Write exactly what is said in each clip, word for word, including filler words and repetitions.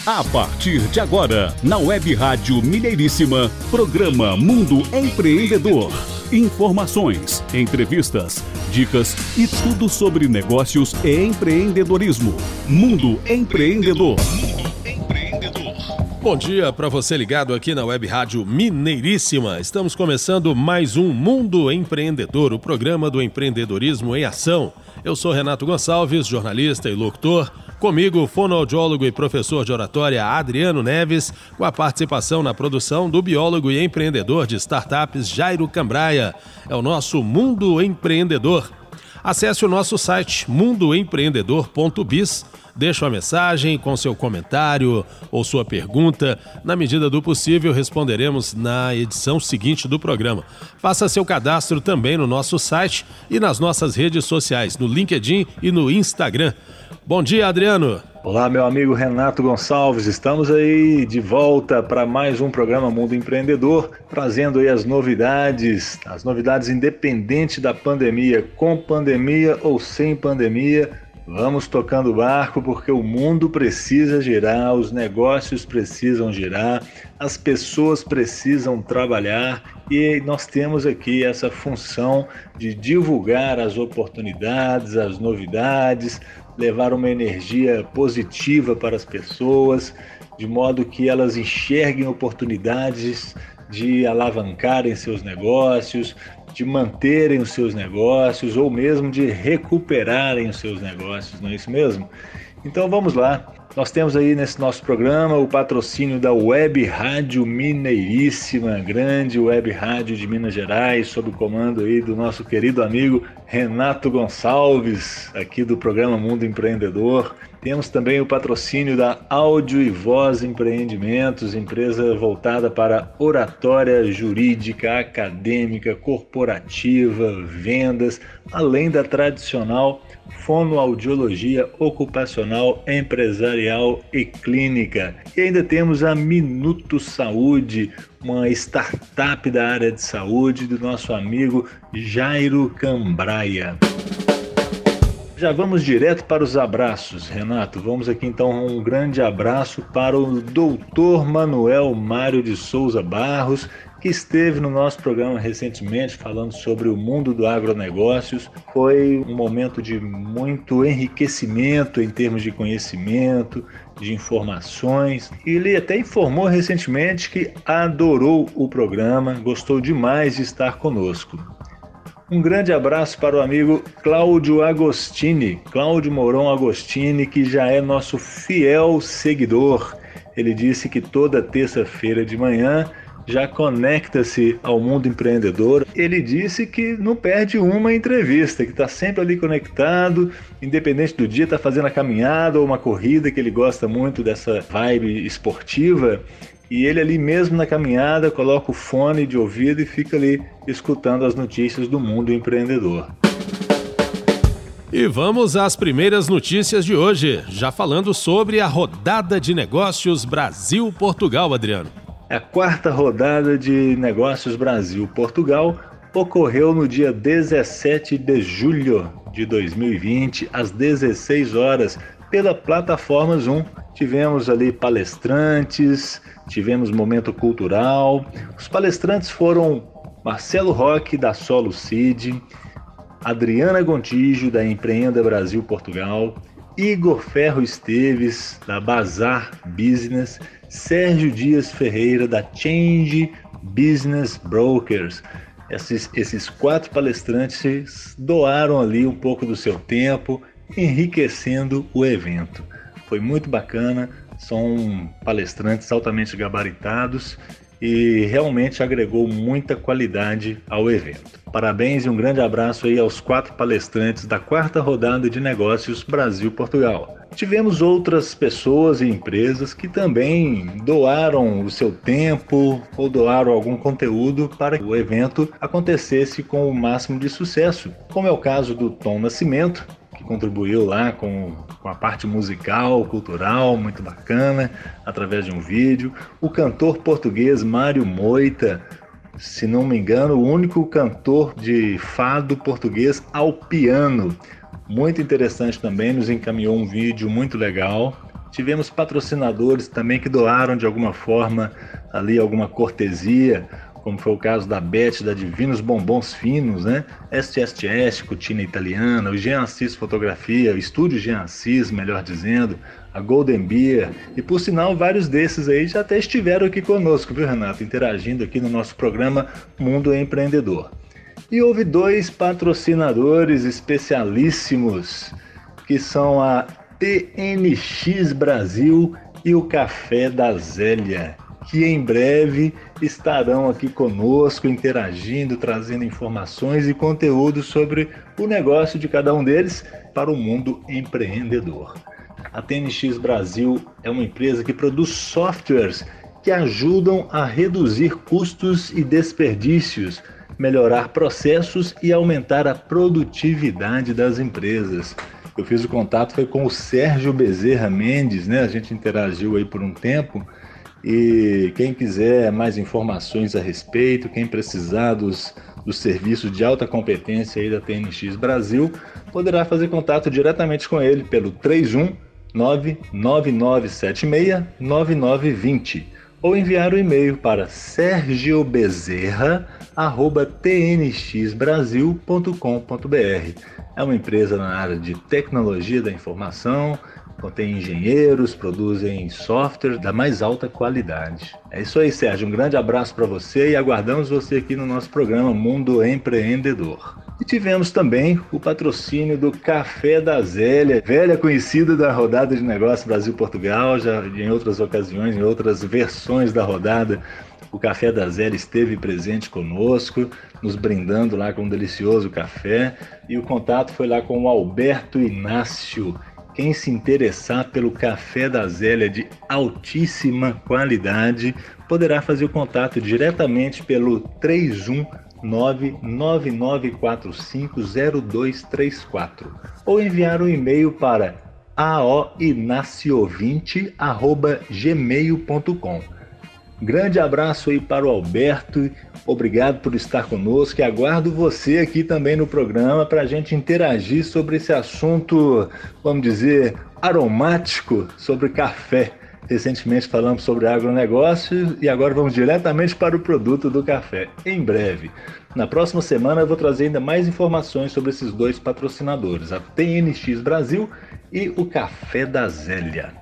A partir de agora, na Web Rádio Mineiríssima, programa Mundo Empreendedor. Informações, entrevistas, dicas e tudo sobre negócios e empreendedorismo. Mundo Empreendedor. Bom dia para você ligado aqui na Web Rádio Mineiríssima. Estamos começando mais um Mundo Empreendedor, o programa do empreendedorismo em ação. Eu sou Renato Gonçalves, jornalista e locutor. Comigo, fonoaudiólogo e professor de oratória Adriano Neves, com a participação na produção do biólogo e empreendedor de startups Jairo Cambraia. É o nosso Mundo Empreendedor. Acesse o nosso site mundo empreendedor ponto biz. Deixe uma mensagem com seu comentário ou sua pergunta. Na medida do possível, responderemos na edição seguinte do programa. Faça seu cadastro também no nosso site e nas nossas redes sociais, no LinkedIn e no Instagram. Bom dia, Adriano. Olá, meu amigo Renato Gonçalves. Estamos aí de volta para mais um programa Mundo Empreendedor, trazendo aí as novidades, as novidades independente da pandemia, com pandemia ou sem pandemia. Vamos tocando o barco porque o mundo precisa girar, os negócios precisam girar, as pessoas precisam trabalhar e nós temos aqui essa função de divulgar as oportunidades, as novidades, levar uma energia positiva para as pessoas, de modo que elas enxerguem oportunidades de alavancarem seus negócios, de manterem os seus negócios ou mesmo de recuperarem os seus negócios, não é isso mesmo? Então vamos lá, nós temos aí nesse nosso programa o patrocínio da Web Rádio Mineiríssima, grande Web Rádio de Minas Gerais, sob o comando aí do nosso querido amigo Renato Gonçalves, aqui do programa Mundo Empreendedor. Temos também o patrocínio da Áudio e Voz Empreendimentos, empresa voltada para oratória jurídica, acadêmica, corporativa, vendas, além da tradicional fonoaudiologia ocupacional, empresarial e clínica. E ainda temos a Minuto Saúde, uma startup da área de saúde do nosso amigo Jairo Cambraia. Já vamos direto para os abraços, Renato. Vamos aqui então um grande abraço para o doutor Manuel Mário de Souza Barros, que esteve no nosso programa recentemente falando sobre o mundo do agronegócios. Foi um momento de muito enriquecimento em termos de conhecimento, de informações. Ele até informou recentemente que adorou o programa, gostou demais de estar conosco. Um grande abraço para o amigo Cláudio Agostini, Cláudio Mourão Agostini, que já é nosso fiel seguidor. Ele disse que toda terça-feira de manhã já conecta-se ao mundo empreendedor. Ele disse que não perde uma entrevista, que está sempre ali conectado, independente do dia, está fazendo a caminhada ou uma corrida, que ele gosta muito dessa vibe esportiva. E ele ali mesmo na caminhada coloca o fone de ouvido e fica ali escutando as notícias do mundo empreendedor. E vamos às primeiras notícias de hoje, já falando sobre a rodada de negócios Brasil-Portugal, Adriano. A quarta rodada de negócios Brasil-Portugal ocorreu no dia dezessete de julho de dois mil e vinte, às dezesseis horas, pela plataforma Zoom. Tivemos ali palestrantes, tivemos momento cultural. Os palestrantes foram Marcelo Roque, da Solo Seed, Adriana Gontijo, da Empreenda Brasil Portugal, Igor Ferro Esteves, da Bazar Business, Sérgio Dias Ferreira, da Change Business Brokers. Esses, esses quatro palestrantes doaram ali um pouco do seu tempo, enriquecendo o evento. Foi muito bacana, são palestrantes altamente gabaritados e realmente agregou muita qualidade ao evento. Parabéns e um grande abraço aí aos quatro palestrantes da quarta rodada de negócios Brasil-Portugal. Tivemos outras pessoas e empresas que também doaram o seu tempo ou doaram algum conteúdo para que o evento acontecesse com o máximo de sucesso, como é o caso do Tom Nascimento, que contribuiu lá com, com a parte musical, cultural, muito bacana, através de um vídeo. O cantor português Mário Moita, se não me engano, o único cantor de fado português ao piano. Muito interessante também, nos encaminhou um vídeo muito legal Tivemos patrocinadores também que doaram de alguma forma ali alguma cortesia, como foi o caso da Beth, da Divinos Bombons Finos, né? S S T S, Cutina Italiana, o Jean Assis Fotografia, o Estúdio Jean Assis, melhor dizendo, a Golden Beer, e por sinal vários desses aí já até estiveram aqui conosco, viu, Renato? Interagindo aqui no nosso programa Mundo Empreendedor. E houve dois patrocinadores especialíssimos, que são a T N X Brasil e o Café da Zélia, que em breve estarão aqui conosco, interagindo, trazendo informações e conteúdo sobre o negócio de cada um deles para o mundo empreendedor. A T N X Brasil é uma empresa que produz softwares que ajudam a reduzir custos e desperdícios, melhorar processos e aumentar a produtividade das empresas. Eu fiz o contato foi com o Sérgio Bezerra Mendes, né? A gente interagiu aí por um tempo. E quem quiser mais informações a respeito, quem precisar dos, dos serviços de alta competência aí da T N X Brasil, poderá fazer contato diretamente com ele pelo três um nove nove nove sete seis nove nove dois zero ou enviar o um e-mail para sergiobezerra arroba t n x brasil ponto com ponto b r. É uma empresa na área de tecnologia da informação, contém engenheiros, produzem software da mais alta qualidade. É isso aí, Sérgio. Um grande abraço para você e aguardamos você aqui no nosso programa Mundo Empreendedor. E tivemos também o patrocínio do Café da Zélia, velha conhecida da rodada de negócio Brasil-Portugal, já em outras ocasiões, em outras versões da rodada. O Café da Zélia esteve presente conosco, nos brindando lá com um delicioso café. E o contato foi lá com o Alberto Inácio. Quem se interessar pelo Café da Zélia de altíssima qualidade, poderá fazer o contato diretamente pelo três um nove nove nove quatro cinco zero dois três quatro ou enviar um e-mail para a o inacio vinte arroba gmail ponto com. Grande abraço aí para o Alberto, obrigado por estar conosco e aguardo você aqui também no programa para a gente interagir sobre esse assunto, vamos dizer, aromático, sobre café. Recentemente falamos sobre agronegócio e agora vamos diretamente para o produto do café, em breve. Na próxima semana eu vou trazer ainda mais informações sobre esses dois patrocinadores, a T N X Brasil e o Café da Zélia.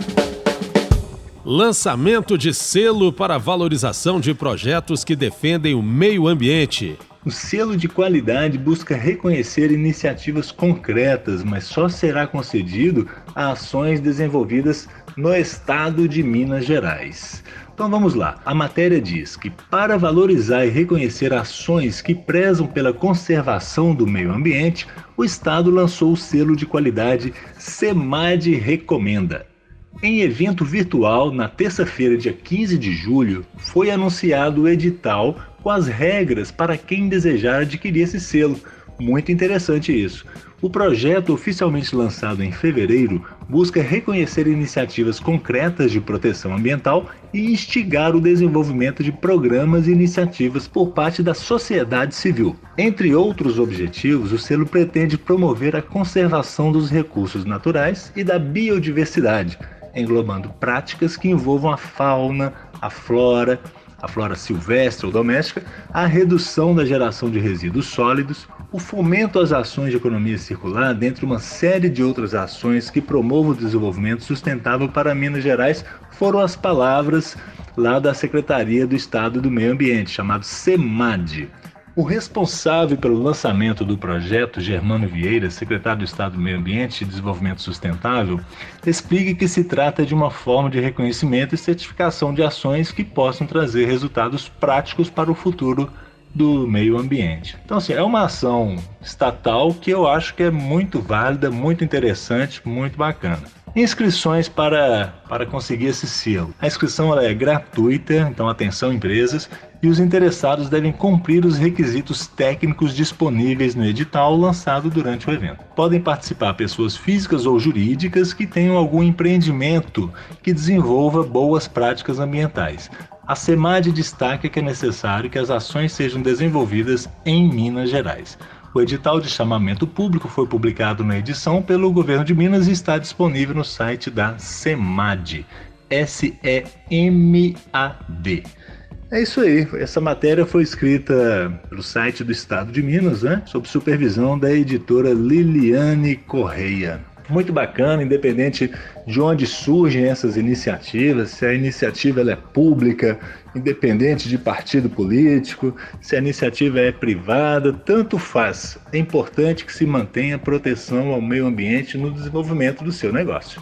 Lançamento de selo para valorização de projetos que defendem o meio ambiente. O selo de qualidade busca reconhecer iniciativas concretas, mas só será concedido a ações desenvolvidas no estado de Minas Gerais. Então vamos lá, a matéria diz que para valorizar e reconhecer ações que prezam pela conservação do meio ambiente, o estado lançou o selo de qualidade SEMAD Recomenda. Em evento virtual, na terça-feira, dia quinze de julho, foi anunciado o edital com as regras para quem desejar adquirir esse selo. Muito interessante isso. O projeto, oficialmente lançado em fevereiro, busca reconhecer iniciativas concretas de proteção ambiental e instigar o desenvolvimento de programas e iniciativas por parte da sociedade civil. Entre outros objetivos, o selo pretende promover a conservação dos recursos naturais e da biodiversidade, englobando práticas que envolvam a fauna, a flora, a flora silvestre ou doméstica, a redução da geração de resíduos sólidos, o fomento às ações de economia circular, dentre uma série de outras ações que promovam o desenvolvimento sustentável para Minas Gerais, foram as palavras lá da Secretaria do Estado do Meio Ambiente, chamado SEMAD. O responsável pelo lançamento do projeto, Germano Vieira, secretário do Estado do Meio Ambiente e Desenvolvimento Sustentável, explica que se trata de uma forma de reconhecimento e certificação de ações que possam trazer resultados práticos para o futuro do meio ambiente. Então, assim, é uma ação estatal que eu acho que é muito válida, muito interessante, muito bacana. Inscrições para, para conseguir esse selo. A inscrição ela é gratuita, então atenção empresas, e os interessados devem cumprir os requisitos técnicos disponíveis no edital lançado durante o evento. Podem participar pessoas físicas ou jurídicas que tenham algum empreendimento que desenvolva boas práticas ambientais. A SEMAD destaca que é necessário que as ações sejam desenvolvidas em Minas Gerais. O edital de chamamento público foi publicado na edição pelo Governo de Minas e está disponível no site da SEMAD, S E M A D. É isso aí, essa matéria foi escrita pelo site do Estado de Minas, né, sob supervisão da editora Liliane Correia. Muito bacana, independente de onde surgem essas iniciativas, se a iniciativa ela é pública, independente de partido político, se a iniciativa é privada, tanto faz. É importante que se mantenha proteção ao meio ambiente no desenvolvimento do seu negócio.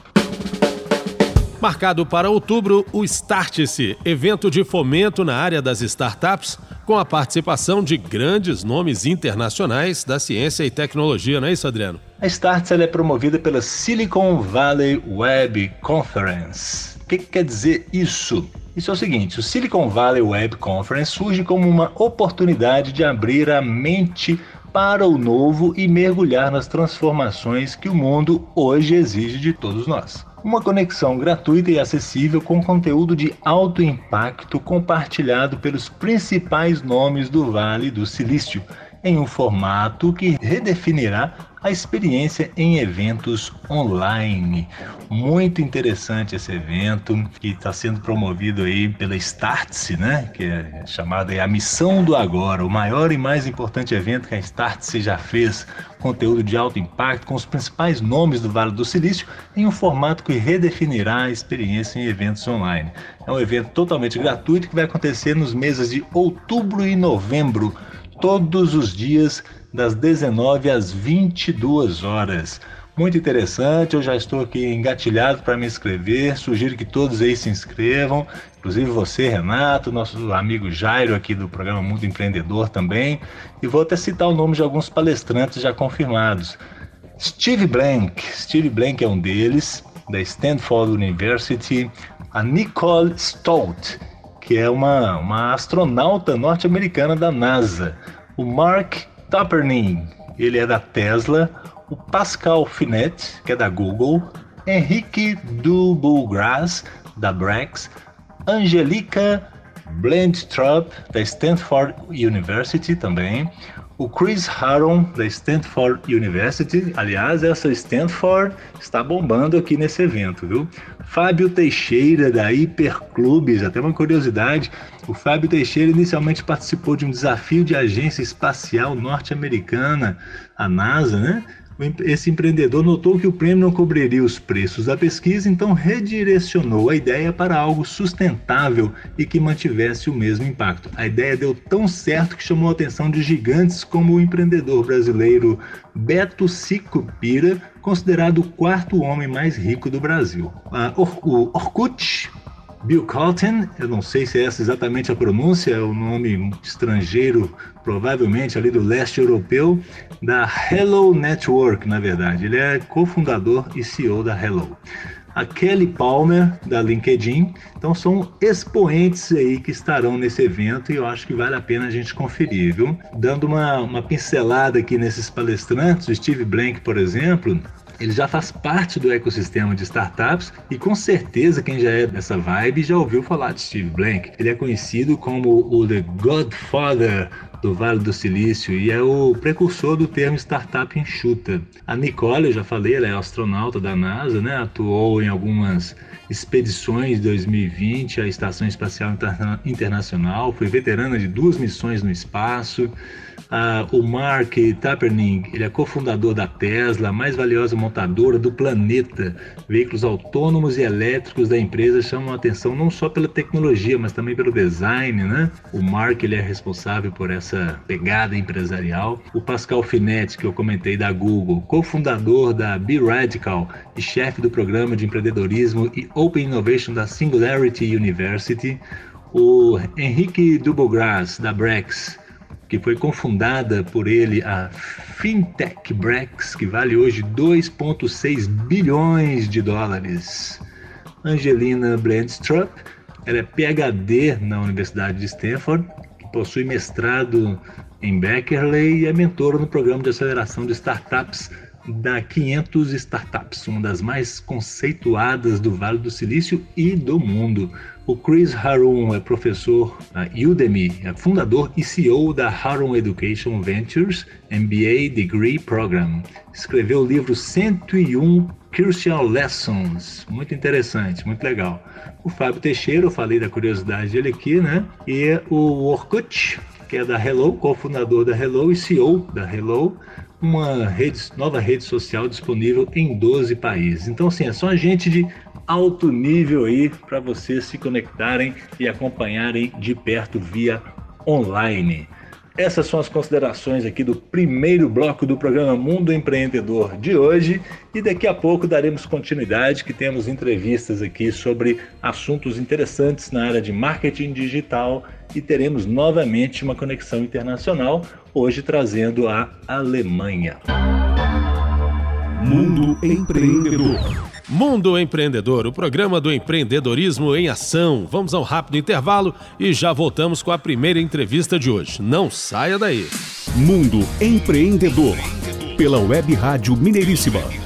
Marcado para outubro, o Startse, evento de fomento na área das startups, com a participação de grandes nomes internacionais da ciência e tecnologia, não é isso, Adriano? A Startse ela é promovida pela Silicon Valley Web Conference. O que, que quer dizer isso? Isso é o seguinte, o Silicon Valley Web Conference surge como uma oportunidade de abrir a mente para o novo e mergulhar nas transformações que o mundo hoje exige de todos nós. Uma conexão gratuita e acessível com conteúdo de alto impacto compartilhado pelos principais nomes do Vale do Silício, em um formato que redefinirá a experiência em eventos online. Muito interessante esse evento, que está sendo promovido aí pela Startse, né? Que é chamada a Missão do Agora, o maior e mais importante evento que a Startse já fez, conteúdo de alto impacto com os principais nomes do Vale do Silício, em um formato que redefinirá a experiência em eventos online. É um evento totalmente gratuito que vai acontecer nos meses de outubro e novembro, todos os dias das dezenove às vinte e duas horas. Muito interessante, eu já estou aqui engatilhado para me inscrever, sugiro que todos aí se inscrevam, inclusive você, Renato, nosso amigo Jairo aqui do programa Mundo Empreendedor também, e vou até citar o nome de alguns palestrantes já confirmados. Steve Blank, Steve Blank é um deles, da Stanford University, a Nicole Stott, que é uma, uma astronauta norte-americana da NASA, o Mark Tarpenning, ele é da Tesla, o Pascal Finette, que é da Google, Henrique Dubugras, da Brex, Angelica Blendstrup, da Stanford University também, o Chris Haron, da Stanford University, aliás, essa Stanford está bombando aqui nesse evento, viu? Fábio Teixeira, da Hiperclube, já tem uma curiosidade, o Fábio Teixeira inicialmente participou de um desafio de agência espacial norte-americana, a NASA, né? Esse empreendedor notou que o prêmio não cobriria os preços da pesquisa, então redirecionou a ideia para algo sustentável e que mantivesse o mesmo impacto. A ideia deu tão certo que chamou a atenção de gigantes como o empreendedor brasileiro Beto Sicupira, considerado o quarto homem mais rico do Brasil. O Orkut, Bill Colton, eu não sei se é essa exatamente a pronúncia, é o nome estrangeiro, provavelmente ali do leste europeu, da Hello Network, na verdade. Ele é cofundador e C E O da Hello. A Kelly Palmer, da LinkedIn. Então são expoentes aí que estarão nesse evento e eu acho que vale a pena a gente conferir, viu? Dando uma, uma pincelada aqui nesses palestrantes, o Steve Blank, por exemplo, ele já faz parte do ecossistema de startups e com certeza quem já é dessa vibe já ouviu falar de Steve Blank. Ele é conhecido como o The Godfather do Vale do Silício e é o precursor do termo startup enxuta. A Nicole, eu já falei, ela é astronauta da NASA, né? Atuou em algumas expedições de dois mil e vinte à Estação Espacial Interna- Internacional, foi veterana de duas missões no espaço. Uh, o Mark Tarpenning, ele é cofundador da Tesla, a mais valiosa montadora do planeta. Veículos autônomos e elétricos da empresa chamam a atenção não só pela tecnologia, mas também pelo design, né? O Mark, ele é responsável por essa pegada empresarial. O Pascal Finette, que eu comentei, da Google, cofundador da Be Radical e chefe do programa de empreendedorismo e Open Innovation da Singularity University. O Henrique Dubugras, da Brex, que foi cofundada por ele a Fintech Brex, que vale hoje dois vírgula seis bilhões de dólares. Angelina Blendstrup, ela é P H D na Universidade de Stanford, que possui mestrado em Berkeley e é mentora no programa de aceleração de startups da quinhentos Startups, uma das mais conceituadas do Vale do Silício e do mundo. O Chris Haroun é professor na Udemy, é fundador e C E O da Haroun Education Ventures M B A Degree Program. Escreveu o livro cento e um Crucial Lessons, muito interessante, muito legal. O Fábio Teixeira, eu falei da curiosidade dele aqui, né? E o Orkut, que é da Hello, cofundador da Hello e C E O da Hello, uma rede, nova rede social disponível em doze países. Então, assim, é só gente de alto nível aí para vocês se conectarem e acompanharem de perto via online. Essas são as considerações aqui do primeiro bloco do programa Mundo Empreendedor de hoje, e daqui a pouco daremos continuidade, que temos entrevistas aqui sobre assuntos interessantes na área de marketing digital e teremos novamente uma conexão internacional, hoje trazendo a Alemanha. Mundo Empreendedor. Mundo Empreendedor, o programa do empreendedorismo em ação. Vamos a um rápido intervalo e já voltamos com a primeira entrevista de hoje. Não saia daí. Mundo Empreendedor, pela Web Rádio Mineiríssima.